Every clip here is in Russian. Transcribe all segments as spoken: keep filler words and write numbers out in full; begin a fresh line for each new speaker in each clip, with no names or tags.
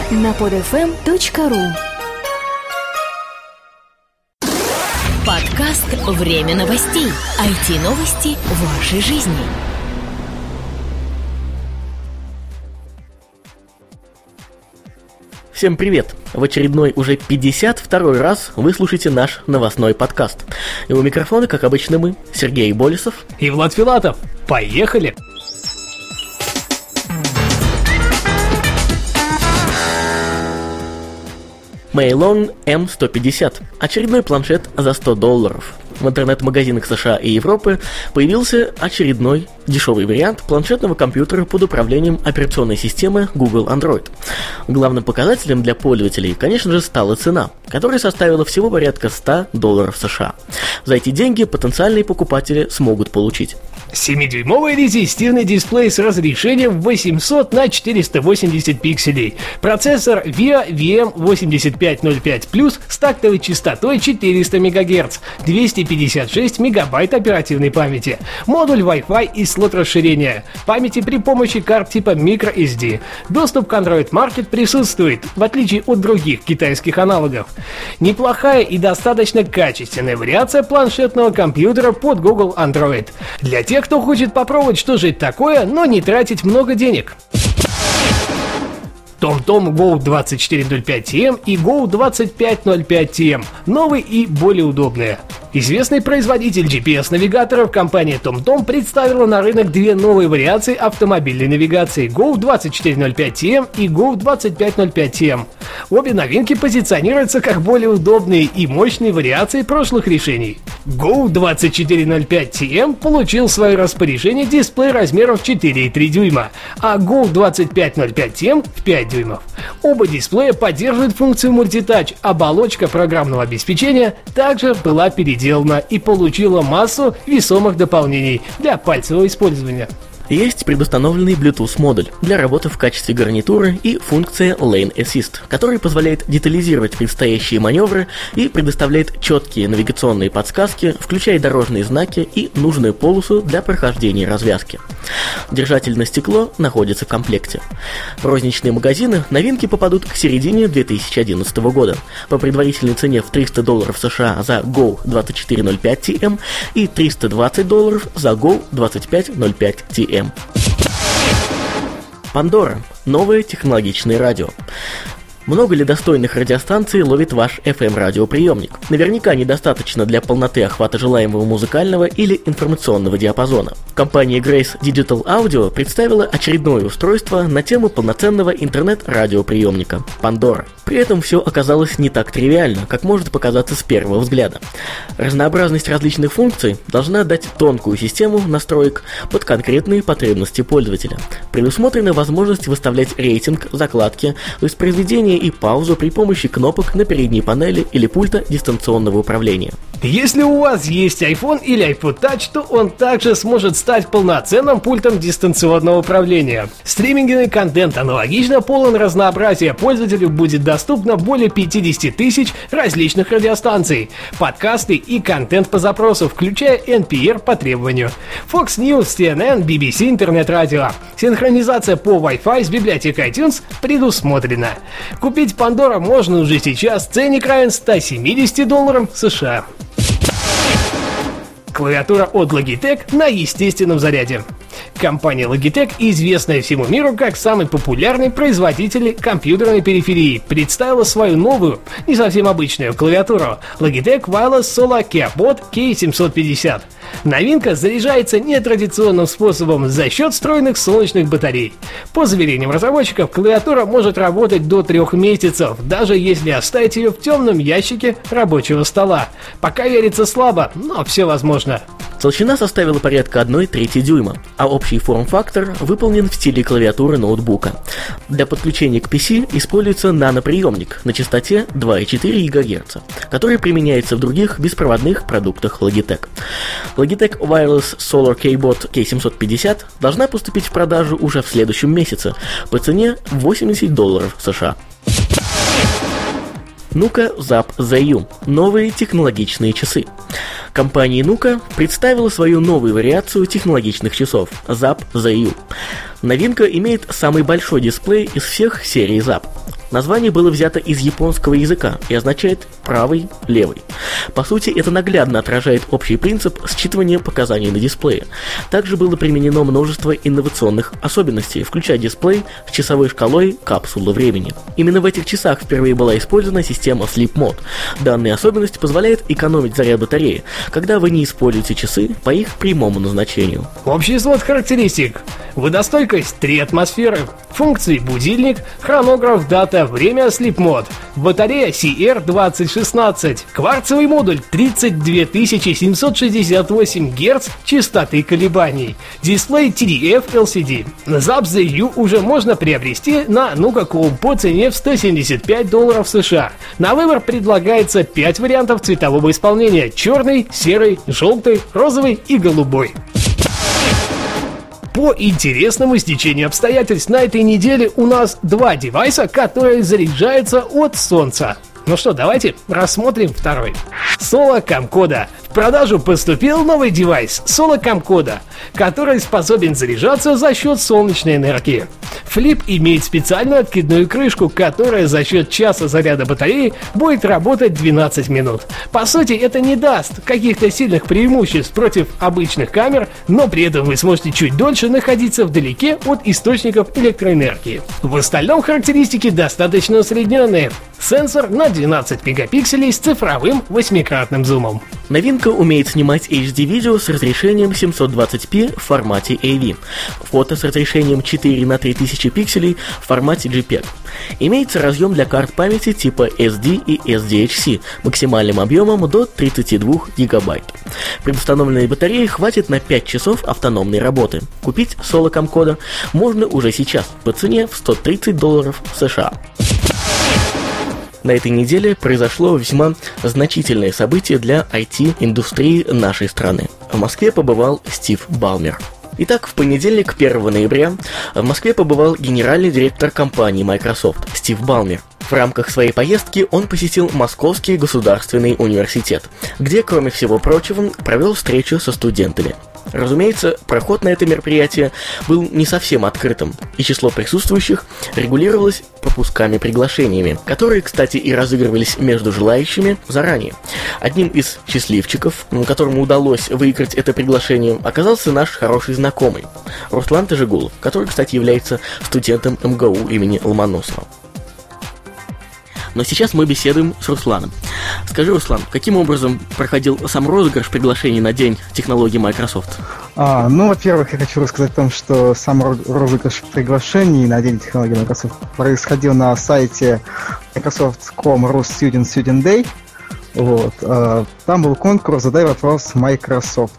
на под эф эм точка ру.
Подкаст «Время новостей». ай ти-новости в вашей жизни.
Всем привет! В очередной уже пятьдесят второй раз вы слушаете наш новостной подкаст. И у микрофона, как обычно, мы, Сергей Болесов
и Влад Филатов. Поехали!
Мейлон эм сто пятьдесят. Очередной планшет за сто долларов. В интернет-магазинах США и Европы появился очередной дешевый вариант планшетного компьютера под управлением операционной системы Google Android. Главным показателем для пользователей, конечно же, стала цена, которая составила всего порядка сто долларов США. За эти деньги потенциальные покупатели смогут получить
семидюймовый резистивный дисплей с разрешением восемьсот на четыреста восемьдесят пикселей, процессор ви ай ви эм восемьдесят пять ноль пять плюс с тактовой частотой четыреста мегагерц, двести пятьдесят шесть мегабайт оперативной памяти, модуль Wi-Fi и слот расширения памяти при помощи карт типа microSD. Доступ к Android Market присутствует, в отличие от других китайских аналогов. Неплохая и достаточно качественная вариация планшетного компьютера под Google Android. Для тех, кто хочет попробовать, что же это такое, но не тратить много денег. TomTom Go двадцать четыре ноль пять ти эм и Go двадцать пять ноль пять ти эм – новые и более удобные. Известный производитель джи пи эс-навигаторов компания TomTom представила на рынок две новые вариации автомобильной навигации – Go двадцать четыре ноль пять ти эм и Go двадцать пять ноль пять ти эм. Обе новинки позиционируются как более удобные и мощные вариации прошлых решений. Go двадцать четыре ноль пять ти эм получил в свое распоряжение дисплей размером в четыре и три дюйма, а Go двадцать пять ноль пять ти эм в пять дюймов. Оба дисплея поддерживают функцию мультитач, оболочка программного обеспечения также была переделана и получила массу весомых дополнений для пальцевого использования.
Есть предустановленный Bluetooth модуль для работы в качестве гарнитуры и функция Lane Assist, который позволяет детализировать предстоящие маневры и предоставляет четкие навигационные подсказки, включая дорожные знаки и нужную полосу для прохождения развязки. Держатель на стекло находится в комплекте. В розничные магазины новинки попадут к середине две тысячи одиннадцатого года по предварительной цене в триста долларов США за Go двадцать четыре ноль пять ти эм и триста двадцать долларов за Go двадцать пять ноль пять ти эм. Pandora – новое технологичное радио. Много ли достойных радиостанций ловит ваш эф эм-радиоприемник? Наверняка недостаточно для полноты охвата желаемого музыкального или информационного диапазона. Компания Grace Digital Audio представила очередное устройство на тему полноценного интернет-радиоприемника – Pandora. При этом все оказалось не так тривиально, как может показаться с первого взгляда. Разнообразность различных функций должна дать тонкую систему настроек под конкретные потребности пользователя. Предусмотрена возможность выставлять рейтинг, закладки, воспроизведение и паузу при помощи кнопок на передней панели или пульта дистанционного управления.
Если у вас есть iPhone или iPod Touch, то он также сможет стать полноценным пультом дистанционного управления. Стриминговый контент аналогично полон разнообразия, пользователю будет доступно более пятьдесят тысяч различных радиостанций, подкасты и контент по запросу, включая эн пи ар по требованию, Fox News, си эн эн, би би си, интернет-радио. Синхронизация по Wi-Fi с библиотекой iTunes предусмотрена. Купить Pandora можно уже сейчас, ценник равен ста семидесяти долларам США. Клавиатура от Logitech на естественном заряде. Компания Logitech, известная всему миру как самый популярный производитель компьютерной периферии, представила свою новую, не совсем обычную клавиатуру Logitech Wireless Solar Keyboard кей семьсот пятьдесят. Новинка заряжается нетрадиционным способом за счет встроенных солнечных батарей. По заверениям разработчиков, клавиатура может работать до трех месяцев, даже если оставить ее в темном ящике рабочего стола. Пока верится слабо, но все возможно.
Толщина составила порядка одной трети дюйма, а общий форм-фактор выполнен в стиле клавиатуры ноутбука. Для подключения к пи си используется наноприемник на частоте два и четыре гигагерца, который применяется в других беспроводных продуктах Logitech. Logitech Wireless Solar Keyboard кей семьсот пятьдесят должна поступить в продажу уже в следующем месяце по цене восемьдесят долларов США. Nuka Zap зет ю – новые технологичные часы. Компания Nuka представила свою новую вариацию технологичных часов – Zap зет ю. Новинка имеет самый большой дисплей из всех серий Zap. Название было взято из японского языка и означает «правый», «левый». По сути, это наглядно отражает общий принцип считывания показаний на дисплее. Также было применено множество инновационных особенностей, включая дисплей с часовой шкалой капсулы времени. Именно в этих часах впервые была использована система Sleep Mode. Данная особенность позволяет экономить заряд батареи, когда вы не используете часы по их прямому назначению.
Общий свод характеристик. Водостойкость три атмосферы. Функции будильник, хронограф, дата, время, Sleep Mode. Батарея си эр двадцать шестнадцать. Кварцевый модуль тридцать две тысячи семьсот шестьдесят восемь герц частоты колебаний. Дисплей ти ди эф эл си ди. зап зет ю уже можно приобрести на Nuka точка ком по цене в сто семьдесят пять долларов США. На выбор предлагается пять вариантов цветового исполнения: черный, серый, желтый, розовый и голубой. По интересному стечению обстоятельств на этой неделе у нас два девайса, которые заряжаются от солнца. Ну что, давайте рассмотрим второй. Sola Camcoda. В продажу поступил новый девайс Sola Camcoda, который способен заряжаться за счет солнечной энергии. Флип имеет специальную откидную крышку, которая за счет часа заряда батареи будет работать двенадцать минут. По сути, это не даст каких-то сильных преимуществ против обычных камер, но при этом вы сможете чуть дольше находиться вдалеке от источников электроэнергии. В остальном характеристики достаточно усредненные. Сенсор на двенадцать мегапикселей с цифровым восьмикратным зумом.
Новинка умеет снимать эйч ди-видео с разрешением семьсот двадцать пи в формате эй ви, фото с разрешением четыре на три тысячи пикселей в формате джей пег. Имеется разъем для карт памяти типа эс ди и эс ди эйч си максимальным объемом до тридцать два гигабайта. Предустановленной батареи хватит на пять часов автономной работы. Купить Sola Camcoda можно уже сейчас по цене в сто тридцать долларов США. На этой неделе произошло весьма значительное событие для ай ти-индустрии нашей страны. В Москве побывал Стив Балмер. Итак, в понедельник, первого ноября, в Москве побывал генеральный директор компании Microsoft Стив Балмер. В рамках своей поездки он посетил Московский государственный университет, где, кроме всего прочего, провел встречу со студентами. Разумеется, проход на это мероприятие был не совсем открытым, и число присутствующих регулировалось пропусками-приглашениями, которые, кстати, и разыгрывались между желающими заранее. Одним из счастливчиков, которому удалось выиграть это приглашение, оказался наш хороший знакомый Руслан Тажигулов, который, кстати, является студентом эм гэ у имени Ломоносова. Но сейчас мы беседуем с Русланом. Скажи, Руслан, каким образом проходил сам розыгрыш приглашений на День технологий Microsoft?
А, ну, во-первых, я хочу рассказать о том, что сам розыгрыш приглашений на День технологий Microsoft происходил на сайте Microsoft точка ком точка ру Student Student Day. Вот. А, там был конкурс «Задай вопрос Microsoft».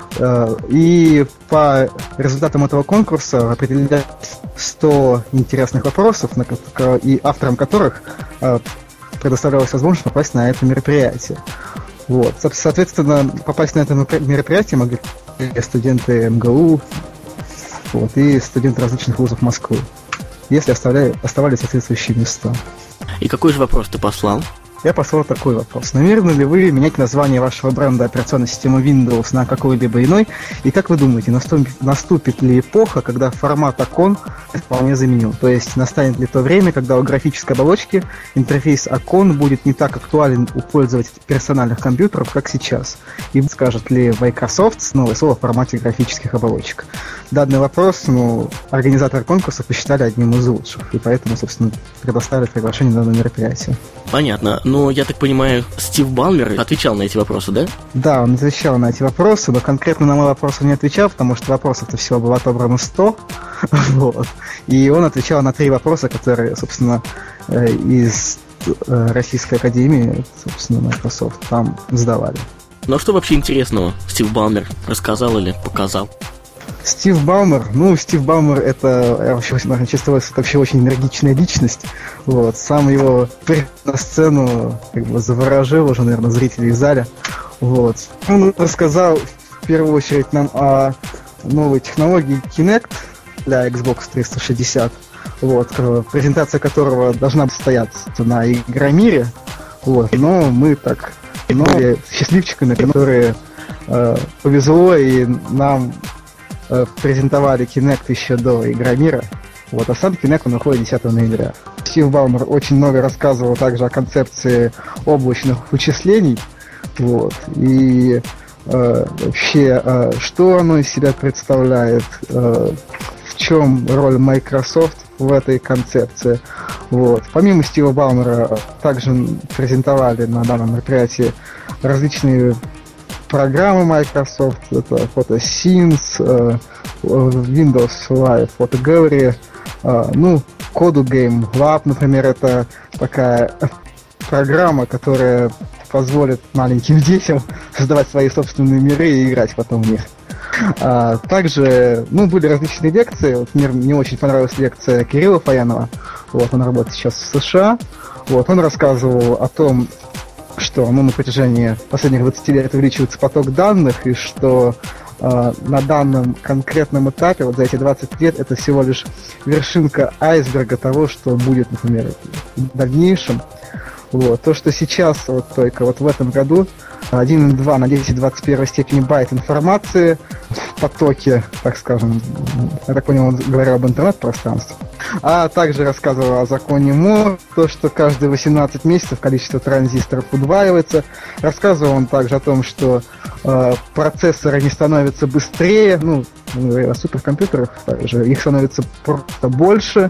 И по результатам этого конкурса определяют сто интересных вопросов, и авторам которых предоставлялась возможность попасть на это мероприятие. Вот. Соответственно, попасть на это мероприятие могли студенты эм гэ у, вот, и студенты различных вузов Москвы, если оставляли, оставались соответствующие места.
И какой же вопрос ты послал?
Я послал такой вопрос. Намерены ли вы менять название вашего бренда операционной системы Windows на какой-либо иной? И как вы думаете, наступит, наступит ли эпоха, когда формат окон вполне заменил? То есть настанет ли то время, когда у графической оболочки интерфейс окон будет не так актуален у пользователей персональных компьютеров, как сейчас? И скажет ли Microsoft новое слово в формате графических оболочек? Данный вопрос, ну, организаторы конкурса посчитали одним из лучших, и поэтому, собственно, предоставили приглашение на данное мероприятие.
Понятно. Но, я так понимаю, Стив Балмер отвечал на эти вопросы, да?
Да, он отвечал на эти вопросы, но конкретно на мой вопрос он не отвечал, потому что вопросов-то всего было отобрано сто. Вот. И он отвечал на три вопроса, которые, собственно, из Российской Академии, собственно, Microsoft там сдавали.
Ну а что вообще интересного Стив Балмер рассказал или показал?
Стив Балмер, ну, Стив Балмер это вообще, чувствовалось, вообще очень энергичная личность. Вот. Сам его на сцену как бы заворожил уже, наверное, зрителей в зале. Вот. Он рассказал в первую очередь нам о новой технологии Kinect для Xbox триста шестьдесят, вот, презентация которого должна состояться на Игромире. Вот. Но мы так, но счастливчиками, которые э, повезло, и нам презентовали Kinect еще до Игромира. Вот, а сам Kinect он выходит десятого ноября. Стив Балмер очень много рассказывал также о концепции облачных вычислений. Вот, и э, вообще, э, что оно из себя представляет, э, в чем роль Microsoft в этой концепции. Вот. Помимо Стива Балмера также презентовали на данном мероприятии различные программы Microsoft, это PhotoScenes, Windows Live Photo Gallery, ну, Kodu Game Lab, например, это такая программа, которая позволит маленьким детям создавать свои собственные миры и играть потом в них. А, также, ну, были различные лекции. Вот мне не очень понравилась лекция Кирилла Фаянова. Вот, он работает сейчас в США. Вот, он рассказывал о том, что, ну, на протяжении последних двадцати лет увеличивается поток данных, и что э, на данном конкретном этапе, вот за эти двадцать лет, это всего лишь вершинка айсберга того, что будет, например, в дальнейшем. Вот. То, что сейчас, вот только вот в этом году, один и два на десять в двадцать первой степени байт информации в потоке, так скажем, я так понял, он говорил об интернет-пространстве. А также рассказывал о законе Мор, то, что каждые восемнадцать месяцев количество транзисторов удваивается. Рассказывал он также о том, что э, процессоры не становятся быстрее, ну, о суперкомпьютерах также, их становится просто больше.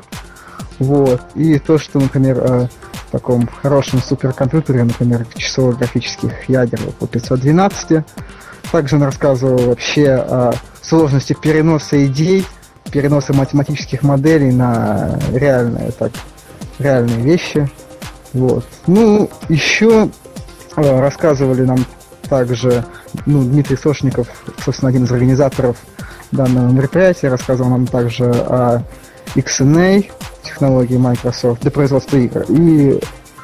Вот. И то, что, например, э, в таком хорошем суперкомпьютере, например, часово-графических ядер по пятьсот двенадцать. Также он рассказывал вообще о сложности переноса идей, переноса математических моделей на реальные, так, реальные вещи. Вот. Ну, еще э, рассказывали нам также, ну, Дмитрий Сошников, собственно, один из организаторов данного мероприятия, рассказывал нам также о икс эн эй, технологии Microsoft для производства игр. И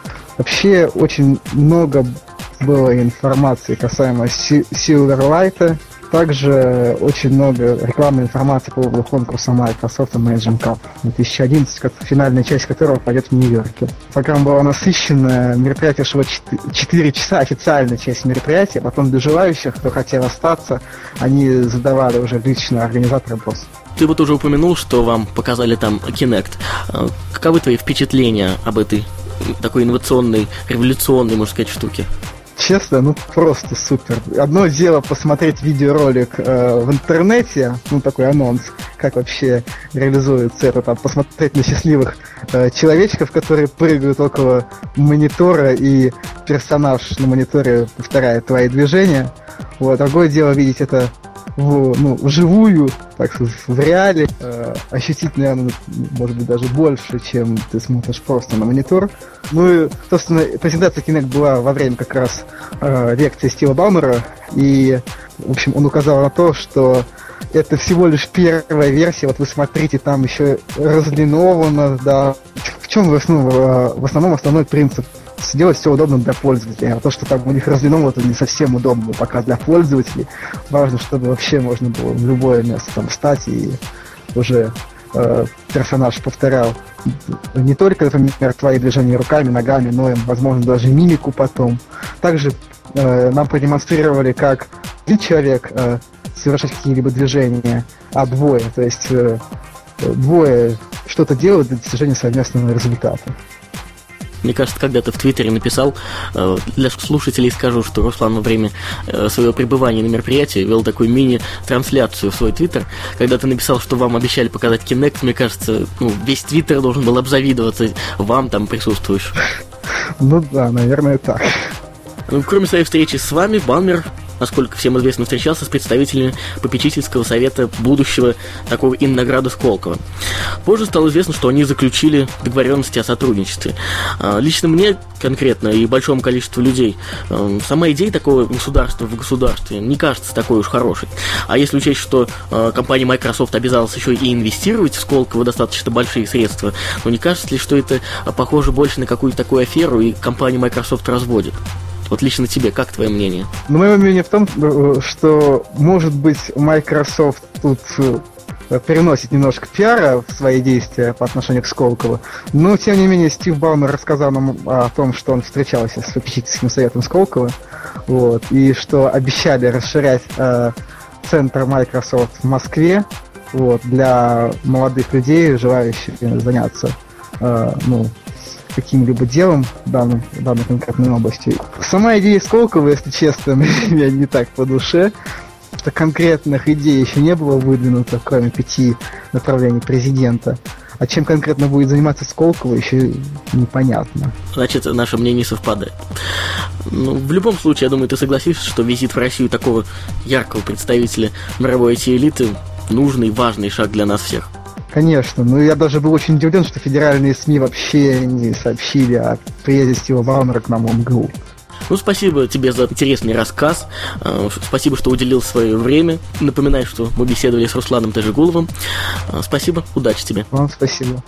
вообще очень много было информации касаемо Silverlight. Также очень много рекламной информации по поводу конкурса Microsoft Imagine Cup две тысячи одиннадцать, финальная часть которого пойдет в Нью-Йорке. Программа была насыщенная, мероприятие шло четыре часа, официальная часть мероприятия, потом для желающих, кто хотел остаться, они задавали уже лично организаторам вопрос.
Ты вот уже упомянул, что вам показали там Kinect. Каковы твои впечатления об этой такой инновационной, революционной, можно сказать, штуке?
Честно, ну просто супер. Одно дело посмотреть видеоролик э, в интернете, ну такой анонс, как вообще реализуется это, там, посмотреть на счастливых э, человечков, которые прыгают около монитора, и персонаж на мониторе повторяет твои движения. Вот. Другое дело видеть это в, ну, вживую, так сказать, в реале, э, ощутить, наверное, может быть, даже больше, чем ты смотришь просто на монитор. Ну и, собственно, презентация Kinect была во время как раз э, лекции Стива Балмера, и, в общем, он указал на то, что это всего лишь первая версия, вот вы смотрите, там еще разлиновано, да. В чем в основном, в основном основной принцип? Сделать все удобно для пользователя. А то, что там у них разлиновано, это не совсем удобно пока для пользователей. Важно, чтобы вообще можно было в любое место там встать и уже э, персонаж повторял не только, например, твои движения руками, ногами, но и, возможно, даже мимику потом. Также э, нам продемонстрировали, как один человек э, совершать какие-либо движения, а двое, то есть э, двое что-то делают для достижения совместного результата.
Мне кажется, когда ты в Твиттере написал, для слушателей скажу, что Руслан во время своего пребывания на мероприятии вел такую мини-трансляцию в свой Твиттер. Когда ты написал, что вам обещали показать Kinect, мне кажется, ну, весь Твиттер должен был обзавидоваться вам там присутствующим.
Ну да, наверное, так.
Ну, кроме своей встречи с вами, Балмер, насколько всем известно, встречался с представителями попечительского совета будущего такого Иннограда Сколково. Позже стало известно, что они заключили договоренности о сотрудничестве. Лично мне конкретно и большому количеству людей сама идея такого государства в государстве не кажется такой уж хорошей. А если учесть, что компания Microsoft обязалась еще и инвестировать в Сколково достаточно большие средства, то не кажется ли, что это похоже больше на какую-то такую аферу, и компания Microsoft разводит? Вот лично тебе, как твое мнение?
Ну, мое мнение в том, что, может быть, Microsoft тут переносит немножко пиара в свои действия по отношению к Сколково, но, тем не менее, Стив Балмер рассказал нам о том, что он встречался с попечительским советом Сколково, вот, и что обещали расширять э, центр Microsoft в Москве, вот, для молодых людей, желающих заняться э, ну, каким-либо делом в данной, в данной конкретной области. Сама идея Сколково, если честно, мне не так по душе, что конкретных идей еще не было выдвинуто, кроме пяти направлений президента. А чем конкретно будет заниматься Сколково, еще непонятно.
Значит, наше мнение совпадает. Ну, в любом случае, я думаю, ты согласишься, что визит в Россию такого яркого представителя мировой ай ти-элиты нужный, важный шаг для нас всех.
Конечно, но я даже был очень удивлен, что федеральные СМИ вообще не сообщили о приезде Стива Балмера к нам в МГУ.
Ну, спасибо тебе за интересный рассказ, спасибо, что уделил свое время. Напоминаю, что мы беседовали с Русланом Тажигуловым. Спасибо, удачи тебе.
Вам спасибо.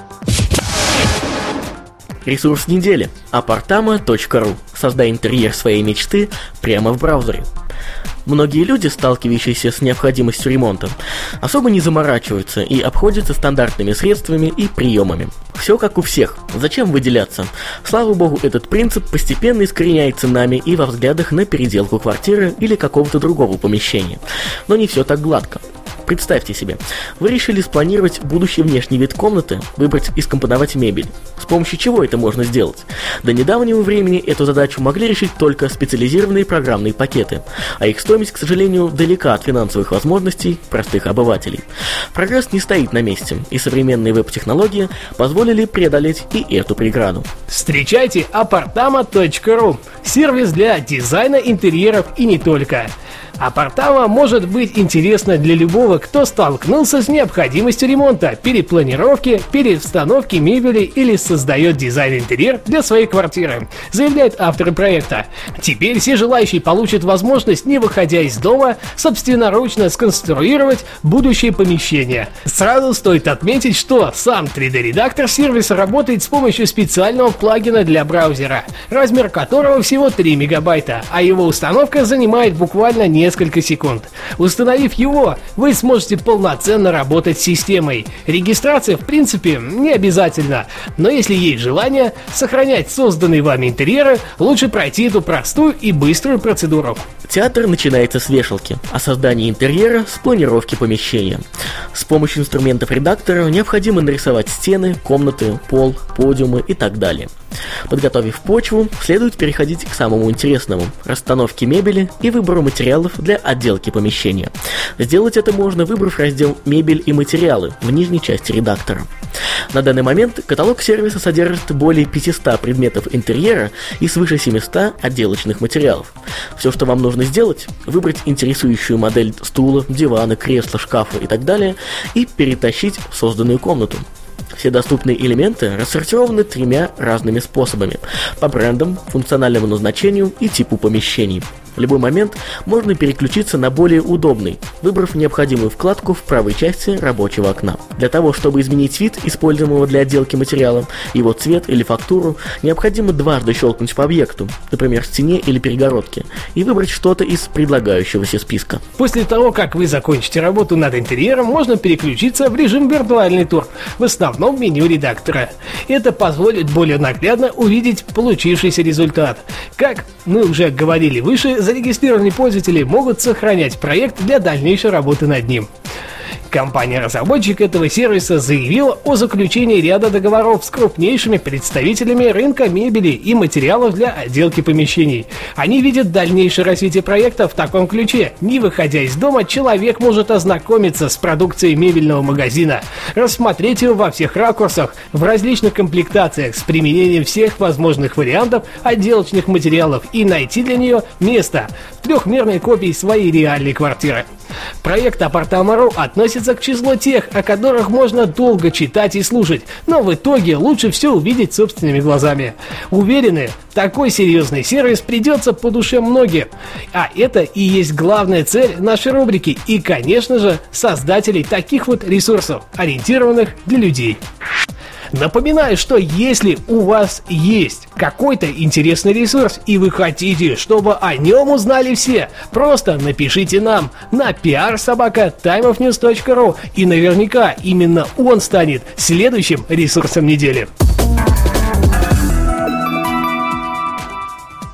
Ресурс недели. апартама точка ру. Создай интерьер своей мечты прямо в браузере. Многие люди, сталкивающиеся с необходимостью ремонта, особо не заморачиваются и обходятся стандартными средствами и приемами. Все как у всех. Зачем выделяться? Слава богу, этот принцип постепенно искореняется нами и во взглядах на переделку квартиры или какого-то другого помещения. Но не все так гладко. Представьте себе, вы решили спланировать будущий внешний вид комнаты, выбрать и скомпоновать мебель. С помощью чего это можно сделать? До недавнего времени эту задачу могли решить только специализированные программные пакеты, а их стоимость, к сожалению, далека от финансовых возможностей простых обывателей. Прогресс не стоит на месте, и современные веб-технологии позволили преодолеть и эту преграду.
Встречайте апартама точка ру, сервис для дизайна интерьеров и не только. Апартама может быть интересна для любого, кто столкнулся с необходимостью ремонта, перепланировки, переустановки мебели или создает дизайн-интерьер для своей квартиры, заявляет автор проекта. Теперь все желающие получат возможность, не выходя из дома, собственноручно сконструировать будущее помещение. Сразу стоит отметить, что сам три дэ-редактор сервиса работает с помощью специального плагина для браузера, размер которого всего три мегабайта, а его установка занимает буквально несколько несколько секунд. Установив его, вы сможете полноценно работать с системой. Регистрация, в принципе, не обязательна, но если есть желание сохранять созданные вами интерьеры, лучше пройти эту простую и быструю процедуру.
Театр начинается с вешалки, а создание интерьера с планировки помещения. С помощью инструментов редактора необходимо нарисовать стены, комнаты, пол, подиумы и так далее. Подготовив почву, следует переходить к самому интересному – расстановке мебели и выбору материалов для отделки помещения. Сделать это можно, выбрав раздел «Мебель и материалы» в нижней части редактора. На данный момент каталог сервиса содержит более пятисот предметов интерьера и свыше семисот отделочных материалов. Все, что вам нужно сделать – выбрать интересующую модель стула, дивана, кресла, шкафа и так далее и перетащить в созданную комнату. Все доступные элементы рассортированы тремя разными способами – по брендам, функциональному назначению и типу помещений. В любой момент можно переключиться на более удобный, выбрав необходимую вкладку в правой части рабочего окна. Для того, чтобы изменить вид используемого для отделки материала, его цвет или фактуру, необходимо дважды щелкнуть по объекту, например, стене или перегородке, и выбрать что-то из предлагающегося списка.
После того, как вы закончите работу над интерьером, можно переключиться в режим виртуальный тур, в основном меню редактора. Это позволит более наглядно увидеть получившийся результат. Как мы уже говорили выше, зарегистрированные пользователи могут сохранять проект для дальнейшей работы над ним. Компания-разработчик этого сервиса заявила о заключении ряда договоров с крупнейшими представителями рынка мебели и материалов для отделки помещений. Они видят дальнейшее развитие проекта в таком ключе. Не выходя из дома, человек может ознакомиться с продукцией мебельного магазина, рассмотреть его во всех ракурсах, в различных комплектациях с применением всех возможных вариантов отделочных материалов и найти для нее место в трехмерной копии своей реальной квартиры. Проект апартама точка ру относится к числу тех, о которых можно долго читать и слушать, но в итоге лучше все увидеть собственными глазами. Уверены, такой серьезный сервис придется по душе многим. А это и есть главная цель нашей рубрики и, конечно же, создателей таких вот ресурсов, ориентированных для людей. Напоминаю, что если у вас есть какой-то интересный ресурс и вы хотите, чтобы о нем узнали все, просто напишите нам на пи ар собака таймофньюз точка ру, и наверняка именно он станет следующим ресурсом недели.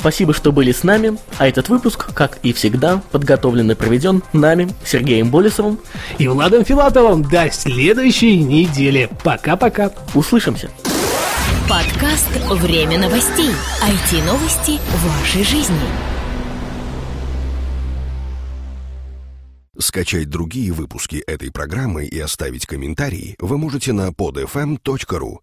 Спасибо, что были с нами, а этот выпуск, как и всегда, подготовлен и проведен нами, Сергеем Болесовым
и Владом Филатовым. До следующей недели. Пока-пока.
Услышимся.
Подкаст «Время новостей». ай ти-новости вашей жизни.
Скачать другие выпуски этой программы и оставить комментарии вы можете на под эф эм точка ру.